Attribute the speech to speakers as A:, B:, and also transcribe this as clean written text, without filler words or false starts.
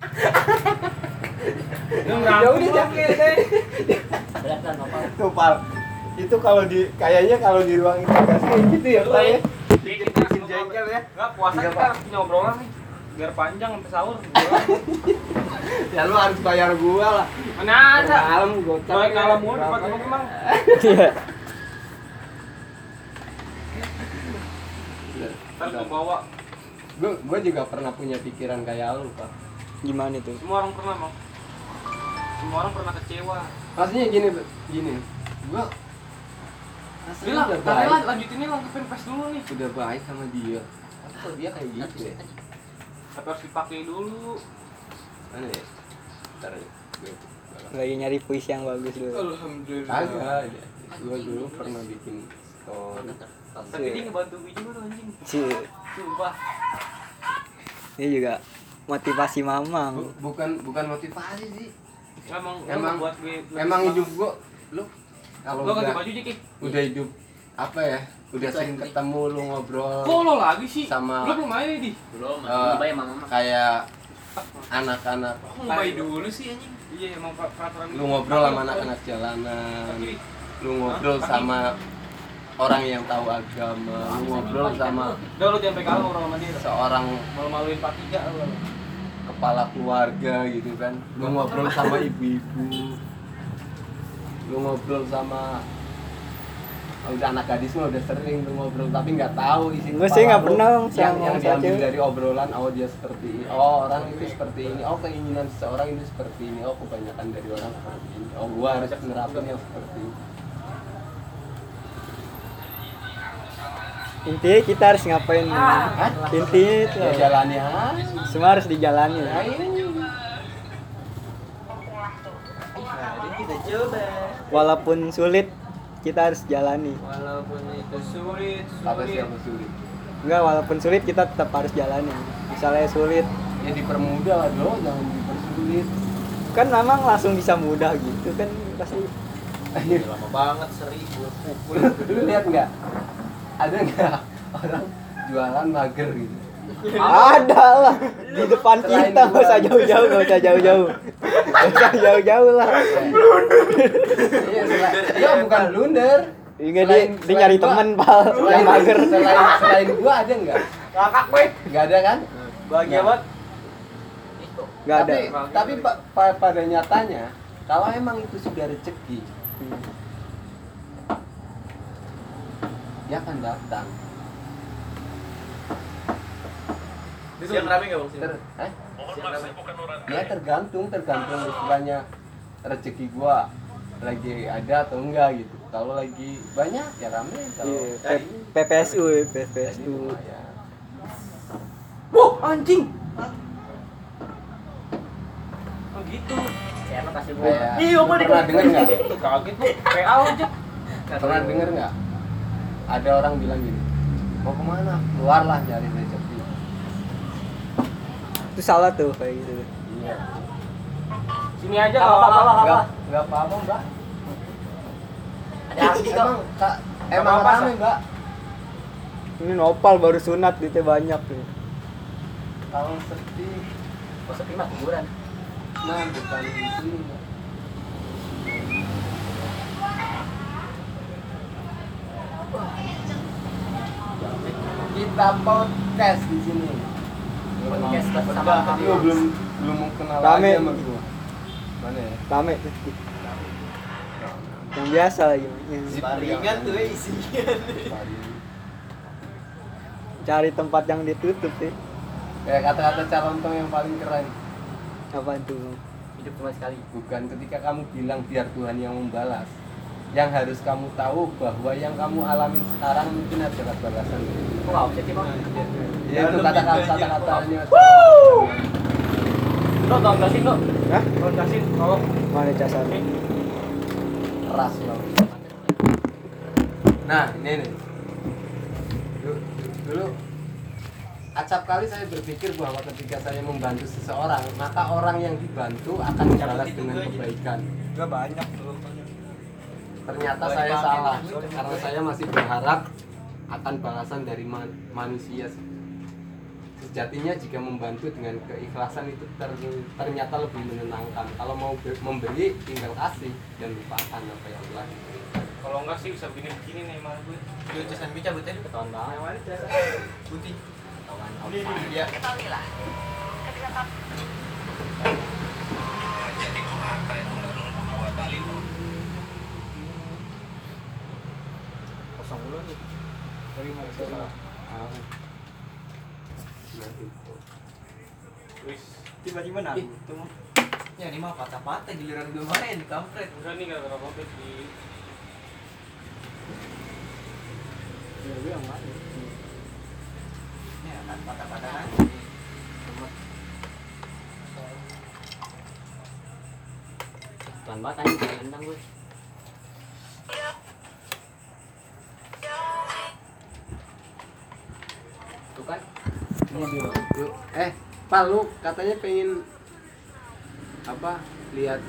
A: Ya udah jangkir deh.
B: Berat nopal.
A: Tuh Pal. Itu kalau di kayaknya kalau di ruang interogasi kayak gitu ya Pal ya.
C: Bikin
A: jengkel ya.
C: Enggak puasa
A: Iya,
C: kita
A: Pak.
C: harus punya obrolan nih. Biar panjang sampai sahur.
A: Ya lu harus bayar gua lah.
C: Mana ada?
A: Malam gocap.
C: Soalnya kalau mau depan rumah emang.
D: Iya.
C: Ntar gua bawa.
A: Gua juga pernah punya pikiran kayak lu, Pak.
D: Gimana itu?
C: Semua orang pernah, Bang. Semua orang pernah kecewa.
A: Maksudnya gini. Gua
C: Ini lah,
A: udah
C: tadi
A: baik.
C: lanjutin nih lanjutin pes dulu nih.
A: Udah baik sama dia. Tapi kok dia kayak gitu ya?
C: Tapi harus dipakai dulu.
A: Mana ya? Bentar ya.
D: Lagi nyari puisi yang bagus dulu.
C: Alhamdulillah.
A: Agak. Gua dulu pernah bikin story.
C: Tapi dia ngebantu gue juga tuh anjing.
D: Cie.
C: Sumpah.
D: Ini juga motivasi Mamang.
A: Bukan motivasi sih.
C: Emang buat gue.
A: Emang hidup gua lu kalau
C: Lo ganti
A: udah,
C: baju Jeki.
A: udah hidup apa ya? Udah sering ketemu lu ngobrol
C: Kok lo lagi sih?
A: Sama-
C: Lo belum main nih, Di.
B: Belum,
A: Eh,
B: masih bayar mama.
A: kayak anak-anak
C: Kok mau bayar dulu sih anjing? Iya, emang peraturan.
A: lu ngobrol sama anak-anak jalanan,
C: Kiri.
A: lu ngobrol sama orang yang tahu agama, lu ngobrol sama
C: Udah lo jangan pegang orang sama dia.
A: seorang
C: Malu-maluin Pak Tiga lo.
A: kepala keluarga gitu kan, lu ngobrol sama ibu-ibu, lu ngobrol sama udah anak gadis mah udah sering lu ngobrol tapi nggak tahu isi
D: Gue
A: kepala
D: sih nggak
A: lu.
D: pernah
A: yang
D: sama
A: diambil
D: cewek.
A: dari obrolan, oh dia seperti ini, oh orang itu seperti ini, oh keinginan seseorang itu seperti ini, oh kebanyakan dari orang seperti ini, oh gua harus nerapin yang seperti ini.
D: Intinya kita harus ngapain? Intinya itu.
A: Ya jalannya aja.
D: Semua harus dijalani.
A: Nah, ini
C: Kita coba.
D: Walaupun sulit, kita harus jalani.
C: Walaupun itu sulit.
A: apa sih yang sulit?
D: Enggak, walaupun sulit kita tetap harus jalani. Misalnya sulit,
A: Ya dipermudah lah dong, jangan dipersulit.
D: kan memang langsung bisa mudah gitu kan pasti.
C: Lama banget 1000 pukul.
A: Lu lihat nggak? Ada nggak orang jualan mager gitu?
D: Ada lah di depan kita, nggak usah jauh-jauh, nggak usah jauh-jauh, nggak usah jauh-jauh lah.
A: Iya, dia bukan blunder.
D: Enggak, dia nyari
A: gua-
D: temen Pal yang mager.
A: Selain gua ada nggak?
C: Kakak gue.
A: Nggak ada kan?
C: Bahagia
A: Nah.
C: banget.
D: Nggak ada.
A: Tapi pada nyatanya, kalau emang itu sudah rezeki, dia akan datang.
C: Siang rame enggak, Bang?
A: Hah? Ya tergantung istilahnya rezeki gua lagi ada atau enggak gitu. Kalau lagi banyak ya rame, kalau
D: Iya, PPSU, PPSU.
A: ya.
C: Wah, anjing. Oh gitu.
B: Siapa kasih gua?
A: Kayak,
C: Iya,
A: lu
C: apa
A: pernah denger nggak?
C: Tuh kaget lu. PA aja.
A: Pernah denger nggak? Ada orang bilang gini, mau kemana? Keluarlah cari rezeki.
D: Itu salah tuh kayak gitu.
A: Iya.
C: Sini aja enggak apa-apa.
A: Nggak apa-apa mbak.
B: Ada artis kok.
A: Emang
C: Apa-apa,
A: rame mbak.
D: Ini Nopal baru sunat duitnya banyak nih.
A: Kalau sepi,
B: Kok sepi mah kuburan.
A: nah bukan di sini. Mbak. Kita podcast di sini.
B: Podcast bersama
A: Udah,
B: kami.
A: lu belum mau kenal
D: Rame.
A: aja sama gua. Mana ya?
D: Rame. Yang biasa lagi. Yang
A: Palingan tuh isinya.
D: cari tempat yang ditutup sih.
A: Kayak kata-kata calon tong yang paling keren.
D: Apa tuh?
B: Hidup cuma sekali.
A: Bukan ketika kamu bilang biar Tuhan yang membalas. Yang harus kamu tahu bahwa yang kamu alamin sekarang mungkin adalah balasan.
B: Kok enggak bisa sih, Bang?
A: Ya itu kata-katanya.
C: Lo tolong gasin lo.
D: Hah?
C: Tolong gasin, tolong.
D: Mana casannya?
A: Keras loh. Nah, ini nih. Dulu acap kali saya berpikir bahwa ketika saya membantu seseorang, maka orang yang dibantu akan dibalas dengan kebaikan.
C: Enggak banyak tuh.
A: Ternyata saya salah karena saya masih berharap akan balasan dari manusia. sejatinya jika membantu dengan keikhlasan itu ternyata lebih menenangkan. Kalau mau memberi tinggal kasih dan lupakan apa yang telah diberikan.
C: Kalau enggak sih bisa begini nih malah gue.
E: Yuk, cesan bicara betul.
B: Ketahuan banget.
E: Putih.
B: Ketahuan
E: Ini
B: outside.
E: dia.
B: Kosong dulu nih.
A: Ah. Nah, itu.
C: Wis.
E: Tiba-tiba nangis. Ya ini mah patah-patah giliran gue main kampret.
C: Enggak nih gara-gara kompet di
E: Ya kan patah-patah kan.
B: Pelan banget anjing, jangan nendang gue. Tuh kan,
A: Yuk, Pak, lu katanya pengen apa? Lihat